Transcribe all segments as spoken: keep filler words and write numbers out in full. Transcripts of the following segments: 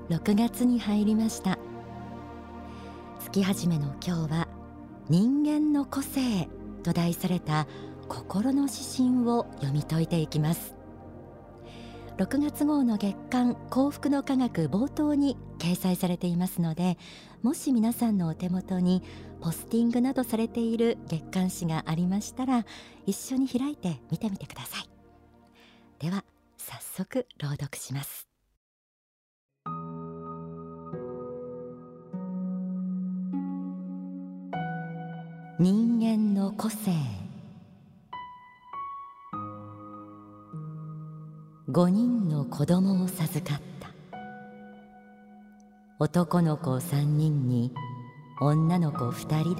ろくがつに入りました。月始めの今日は人間の個性と題された心の指針を読み解いていきます。ろくがつ号の月刊幸福の科学冒頭に掲載されていますので、もし皆さんのお手元にポスティングなどされている月刊誌がありましたら、一緒に開いて見てみてください。では早速朗読します。人間の個性。ごにんの子供を授かった。男の子さんにんに女の子ふたりだ。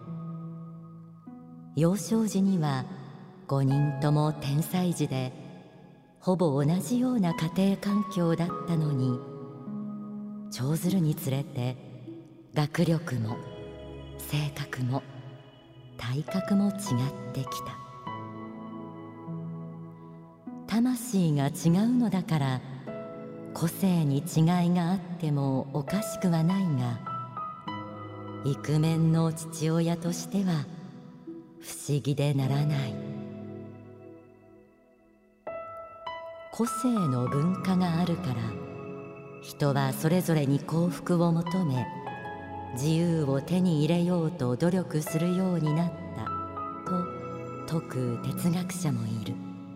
幼少時にはごにんとも天才児で、ほぼ同じような家庭環境だったのに、長ずるにつれて学力も性格も体格も違ってきた。魂が違うのだから、個性に違いがあってもおかしくはないが、イクメンの父親としては不思議でならない。個性の文化があるから、人はそれぞれに幸福を求め、自由を手に入れようと努力するようになったと説く哲学者もいる。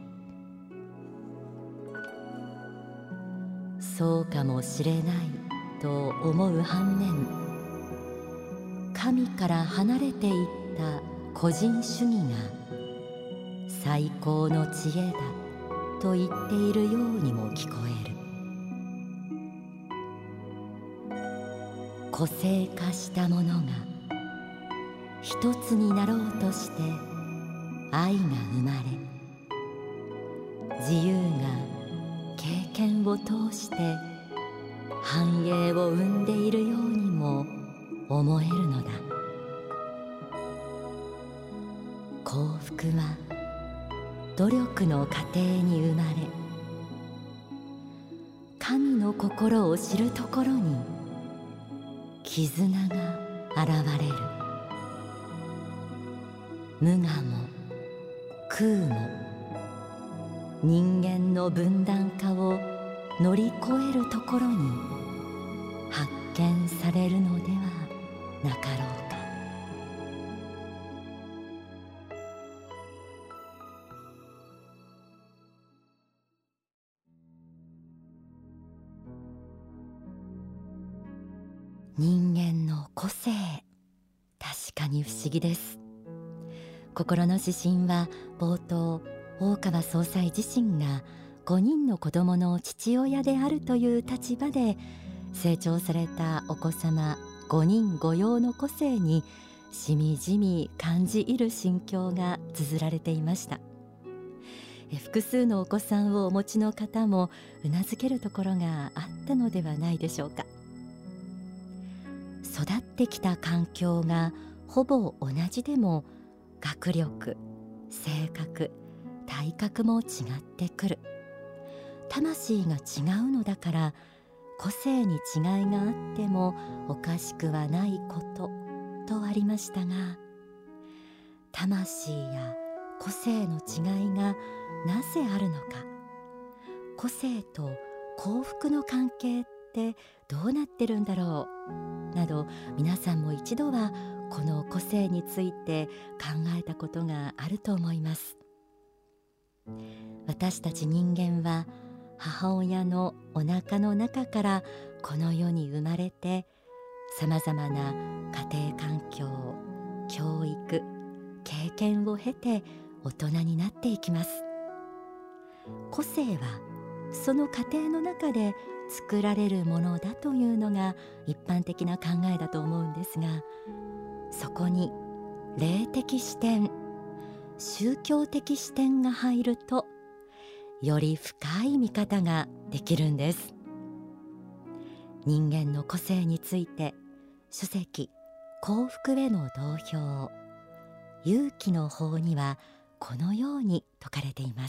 そうかもしれないと思う反面、神から離れていった個人主義が最高の知恵だと言っているようにも聞こえる。個性化したものが一つになろうとして愛が生まれ、自由が経験を通して繁栄を生んでいるようにも思えるのだ。幸福は努力の過程に生まれ、神の心を知るところに絆が現れる。無我も空も人間の分断化を乗り越えるところに発見されるのではなかろうか。人間の個性、確かに不思議です。心の指針は冒頭、大川総裁自身がごにんの子供の父親であるという立場で成長されたお子様ごにんご用の個性にしみじみ感じ入る心境が綴られていました。え複数のお子さんをお持ちの方もうなずけるところがあったのではないでしょうか。育ってきた環境がほぼ同じでも、学力、性格、体格も違ってくる。魂が違うのだから、個性に違いがあってもおかしくはないこととありましたが、魂や個性の違いがなぜあるのか、個性と幸福の関係ってどうなってるんだろうなど、皆さんも一度はこの個性について考えたことがあると思います。私たち人間は母親のお腹の中からこの世に生まれて、さまざまな家庭環境、教育、経験を経て大人になっていきます。個性はその過程の中で作られるものだというのが一般的な考えだと思うんですが、そこに霊的視点、宗教的視点が入ると、より深い見方ができるんです。人間の個性について、書籍幸福への道標、勇気の法にはこのように説かれています。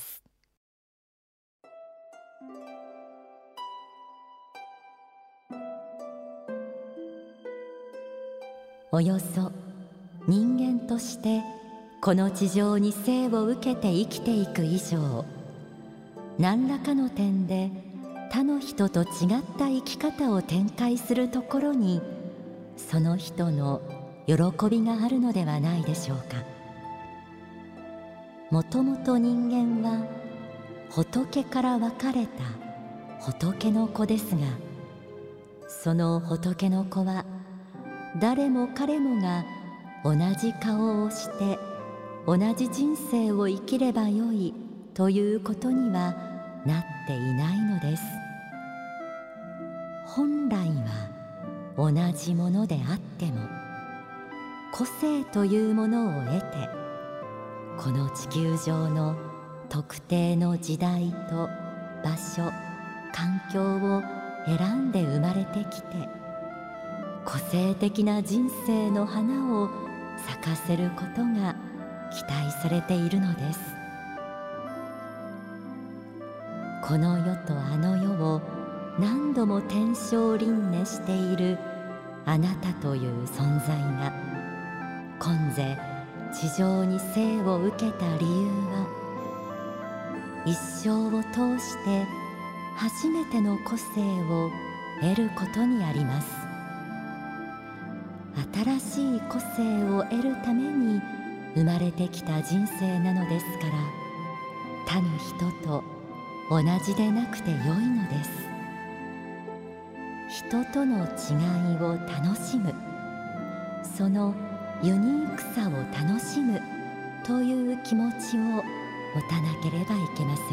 およそ人間としてこの地上に生を受けて生きていく以上、何らかの点で他の人と違った生き方を展開するところに、その人の喜びがあるのではないでしょうか。もともと人間は仏から分かれた仏の子ですが、その仏の子は誰も彼もが同じ顔をして同じ人生を生きればよいということにはなっていないのです。本来は同じものであっても、個性というものを得て、この地球上の特定の時代と場所、環境を選んで生まれてきて、個性的な人生の花を咲かせることが期待されているのです。この世とあの世を何度も天正輪廻しているあなたという存在が、今世地上に生を受けた理由は、一生を通して初めての個性を得ることにあります。新しい個性を得るために生まれてきた人生なのですから、他の人と同じでなくてよいのです。人との違いを楽しむ、そのユニークさを楽しむという気持ちを持たなければいけません。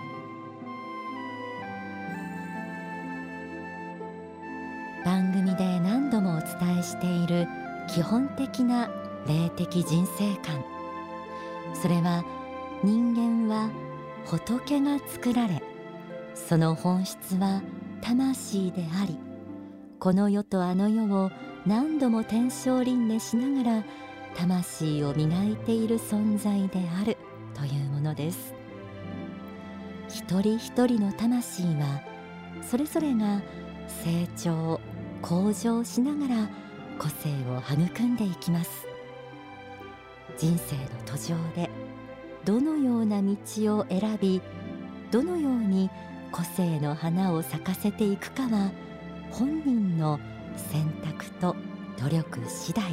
番組で何度もお伝えしている基本的な霊的人生観、それは人間は仏が作られ、その本質は魂であり、この世とあの世を何度も天正輪廻しながら魂を磨いている存在であるというものです。一人一人の魂はそれぞれが成長向上しながら個性を育んでいきます。人生の途上でどのような道を選び、どのように個性の花を咲かせていくかは本人の選択と努力次第。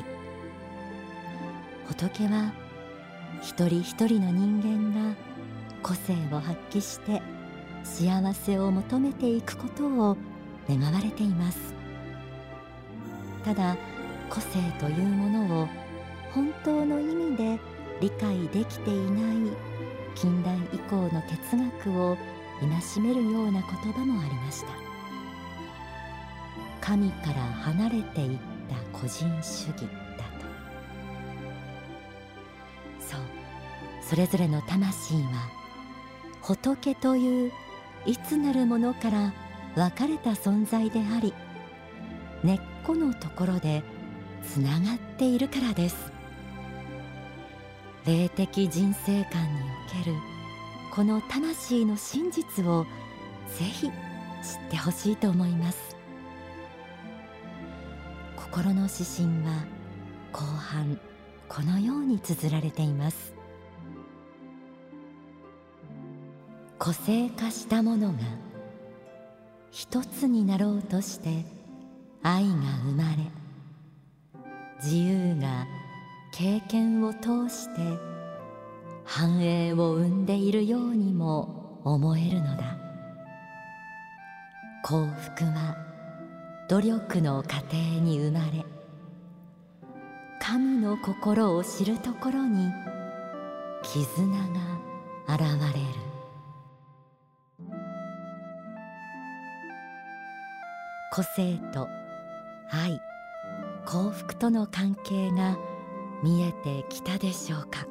仏は一人一人の人間が個性を発揮して幸せを求めていくことを願われています。ただ個性というものを本当の意味で理解できていない近代以降の哲学を戒めるような言葉もありました。神から離れていった個人主義だと。そう、それぞれの魂は仏といういつなるものから分かれた存在であり、根っこのところでつながっているからです。霊的人生観におけるこの魂の真実をぜひ知ってほしいと思います。心の指針は後半このように綴られています。個性化したものが一つになろうとして愛が生まれ、自由が経験を通して繁栄を生んでいるようにも思えるのだ。幸福は努力の過程に生まれ、神の心を知るところに絆が現れる。個性と愛、幸福との関係が見えてきたでしょうか。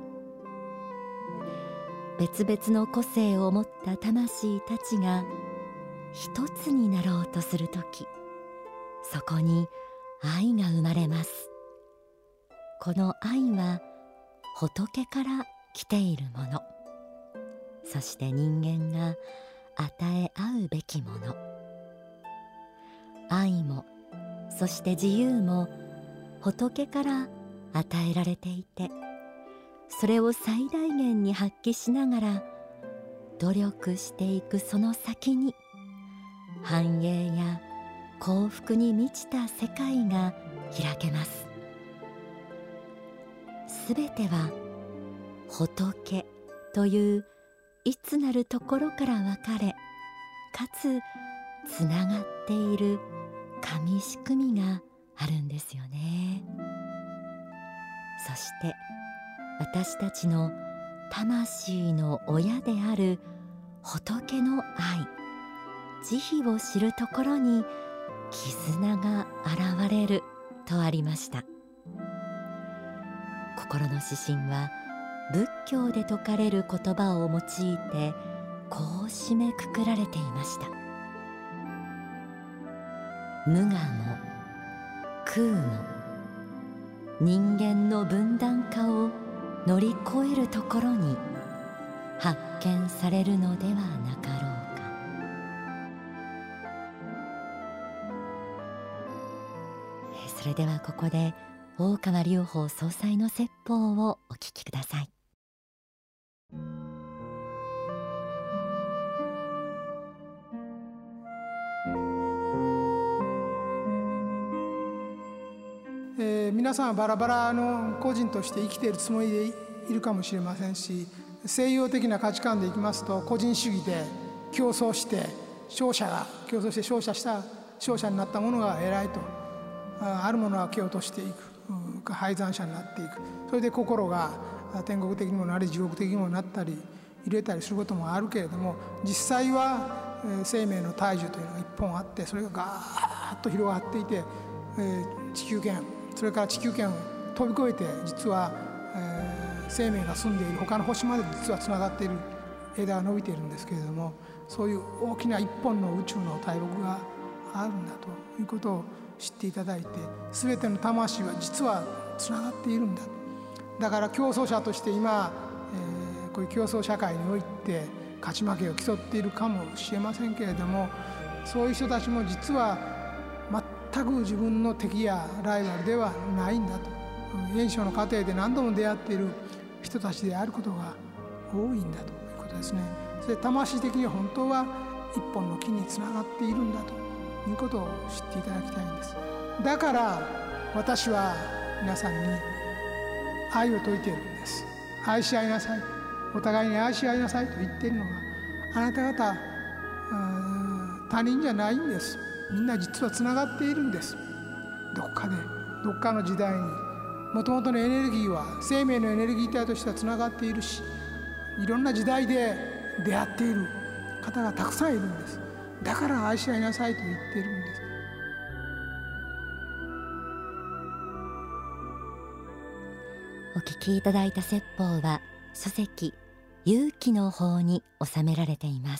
別々の個性を持った魂たちが一つになろうとするとき、そこに愛が生まれます。この愛は仏から来ているもの、そして人間が与え合うべきもの。愛もそして自由も仏から与えられていて、それを最大限に発揮しながら努力していくその先に、繁栄や幸福に満ちた世界が開けます。すべては仏といういつなるところから分かれ、かつつながっている神仕組みがあるんですよね。そして私たちの魂の親である仏の愛、慈悲を知るところに絆が現れるとありました。心の指針は仏教で説かれる言葉を用いてこう締めくくられていました。無我も空も人間の分断化を乗り越えるところに発見されるのではなかろうか。それではここで大川隆法総裁の説法をお聞きください。 えー、皆さんはバラバラの個人として生きているつもりでいるかもしれませんし、西洋的な価値観でいきますと個人主義で競争して勝者が競争して勝者した勝者になった者が偉いと、ある者は蹴落としていく、敗残者になっていく、それで心が天国的にもなり地獄的にもなったり入れたりすることもあるけれども、実際は生命の大樹というのが一本あって、それがガーッと広がっていて、地球圏、それから地球圏を飛び越えて実は、えー、生命が住んでいる他の星まで実はつながっている枝が伸びているんですけれども、そういう大きな一本の宇宙の大木があるんだということを知っていただいて、全ての魂は実はつながっているんだ。だから競争者として今、えー、こういう競争社会において勝ち負けを競っているかもしれませんけれども、そういう人たちも実は全く自分の敵やライバルではないんだと、演唱の過程で何度も出会っている人たちであることが多いんだということですね。それで魂的に本当は一本の木につながっているんだということを知っていただきたいんです。だから私は皆さんに愛を説いているんです。愛し合いなさい、お互いに愛し合いなさいと言っているのは、あなた方他人じゃないんです。みんな実はつながっているんです。どこかでどっかの時代にもともとのエネルギーは生命のエネルギー体としてはつながっているし、いろんな時代で出会っている方がたくさんいるんです。だから愛し合いなさいと言っているんです。 お聞きいただいた説法は書籍勇気の法に収められています。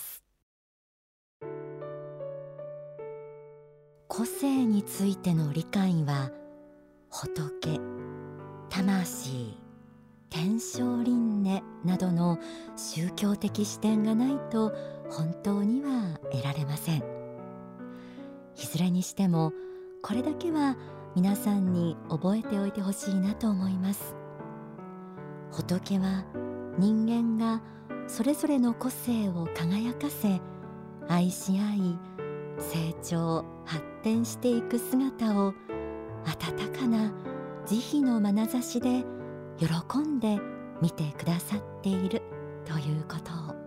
個性についての理解は仏、魂、天正輪廻などの宗教的視点がないと本当には得られません。いずれにしてもこれだけは皆さんに覚えておいてほしいなと思います。仏は人間がそれぞれの個性を輝かせ愛し合い成長発展していく姿を温かな慈悲の眼差しで喜んで見てくださっているということを。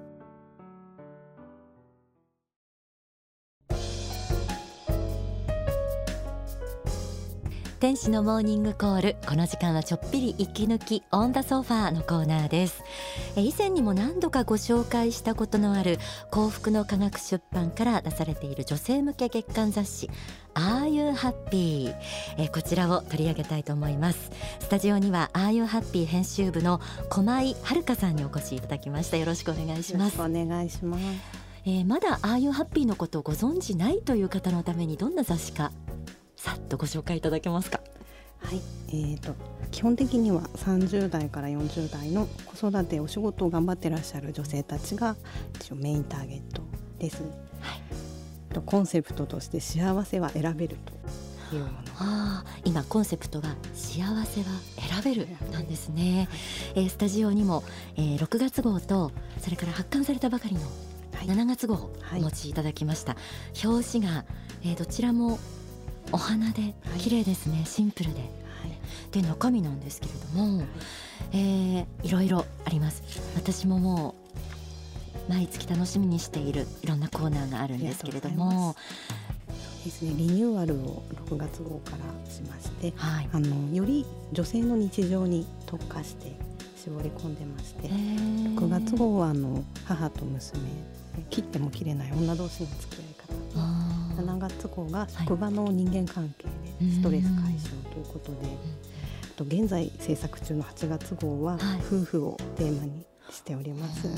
天使のモーニングコール、この時間はちょっぴり息抜きオンダソファーのコーナーです。以前にも何度かご紹介したことのある幸福の科学出版から出されている女性向け月刊雑誌 Are You Happy、 えこちらを取り上げたいと思います。スタジオには Are You Happy 編集部の駒井遥さんにお越しいただきました。よろしくお願いします。 よろしくお願いします。 えー、まだ Are You Happy のことをご存知ないという方のためにどんな雑誌かさっとご紹介いただけますか。 はい、えーと、基本的にはさんじゅう代からよんじゅう代の子育てお仕事を頑張ってらっしゃる女性たちが一応メインターゲットです。はい、とコンセプトとして幸せは選べるというような。 あ今コンセプトが幸せは選べるなんですね、はい、えー、スタジオにも、えー、ろくがつ号とそれから発刊されたばかりのしちがつ号をお持ちいただきました、はい、表紙が、えー、どちらもお花で綺麗ですね、はい、シンプルで、はい、で中身なんですけれども、はい、えー、いろいろあります。私ももう毎月楽しみにしているいろんなコーナーがあるんですけれども、 ですね、リニューアルをろくがつ号からしまして、 はい、 あのより女性の日常に特化して絞り込んでまして、ろくがつ号はあの母と娘、切っても切れない女同士の付き合い方、しちがつ号が職場の人間関係でストレス解消ということで、はい、と現在制作中のはちがつ号は夫婦をテーマにしております、はい、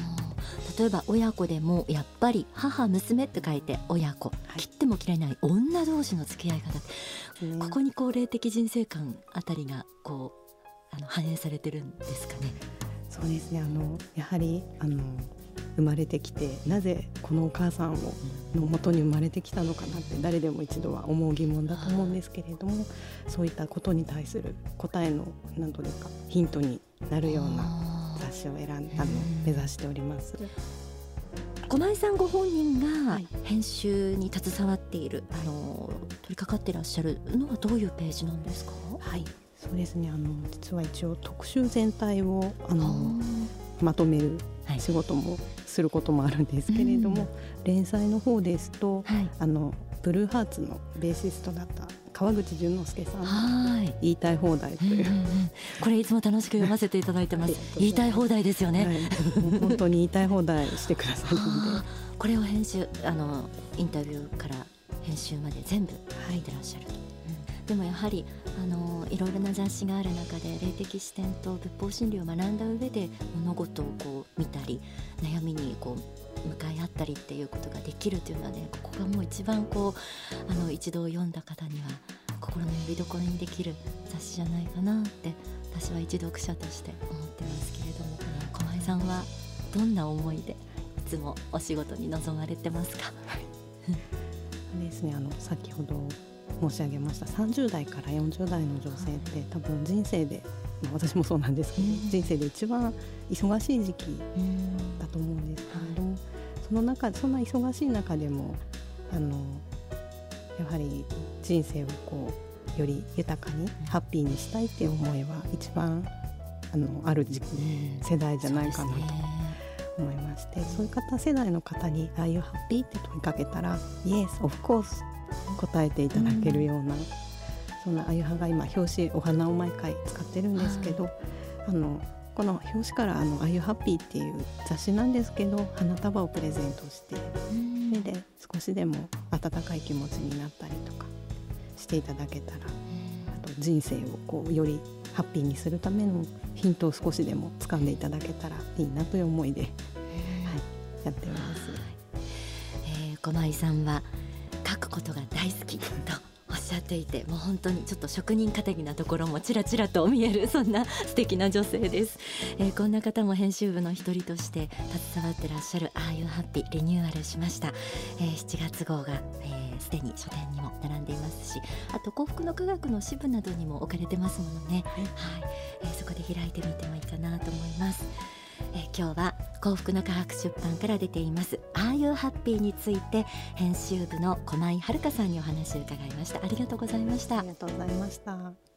例えば親子でもやっぱり母娘って書いて親子、はい、切っても切れない女同士の付き合い方、ね、ここにこう霊的人生観あたりがこうあの反映されてるんですかね。 そうですね、あのやはりあの生まれてきてなぜこのお母さんをの元に生まれてきたのかなって誰でも一度は思う疑問だと思うんですけれども、そういったことに対する答えの何というかヒントになるような雑誌を選んあの目指しております。 駒井さんご本人が編集に携わっている、はい、あの取り掛かっていらっしゃるのはどういうページなんですか？ はい、そうですね、あの実は一応特集全体をあのまとめる仕事もすることもあるんですけれども、はい、うん、連載の方ですと、はい、あのブルーハーツのベーシストだった川口淳之介さんの言いたい放題という、うんうんうん、 これいつも楽しく読ませていただいてます言いたい放題ですよね、はい、 もう本当に言いたい放題してくださるのでこれを編集あのインタビューから編集まで全部書いてらっしゃると、はい、うん、でもやはりあのいろいろな雑誌がある中で霊的視点と仏法真理を学んだ上で物事をこう見たり悩みにこう向かい合ったりっていうことができるというのはね、ここがもう一番こうあの一度読んだ方には心の拠り所にできる雑誌じゃないかなって私は一読者として思ってますけれども、駒井さんはどんな思いでいつもお仕事に臨まれてますか？ はいですね、あの先ほど申し上げましたさんじゅう代からよんじゅう代の女性って多分人生で、まあ、私もそうなんですけど、うん、人生で一番忙しい時期だと思うんですけれども、うん、その中そんな忙しい中でもあのやはり人生をこうより豊かにハッピーにしたいっていう思いは一番あのある時期、うん、世代じゃないかなと思いまして、 そう、ね、そういう方世代の方にああいうハッピーって問いかけたら Yes, of course 答えていただけるような、うん、そんなあゆはが今表紙お花を毎回使ってるんですけど、あのこの表紙からあのあゆハッピーっていう雑誌なんですけど花束をプレゼントして、うん、それで少しでも温かい気持ちになったりとかしていただけたら、うん、あと人生をこうよりハッピーにするためのヒントを少しでも掴んでいただけたらいいなという思いで、うん、はい、やっております。 えー、駒井さんは書くことが大好きとおっしゃっていて、もう本当にちょっと職人かたぎなところもちらちらと見えるそんな素敵な女性です、えー、こんな方も編集部の一人として携わってらっしゃるああいうハッピーリニューアルしました、えー、しちがつ号がすで、ー、に書店にも並んでいますし、あと幸福の科学の支部などにも置かれてますものね、はいはい、えー、そこで開いてみてもいいかなと思います。えー、今日は幸福の科学出版から出ていますああいうハッピーについて編集部の駒井遥さんにお話を伺いました。ありがとうございました。 ありがとうございました。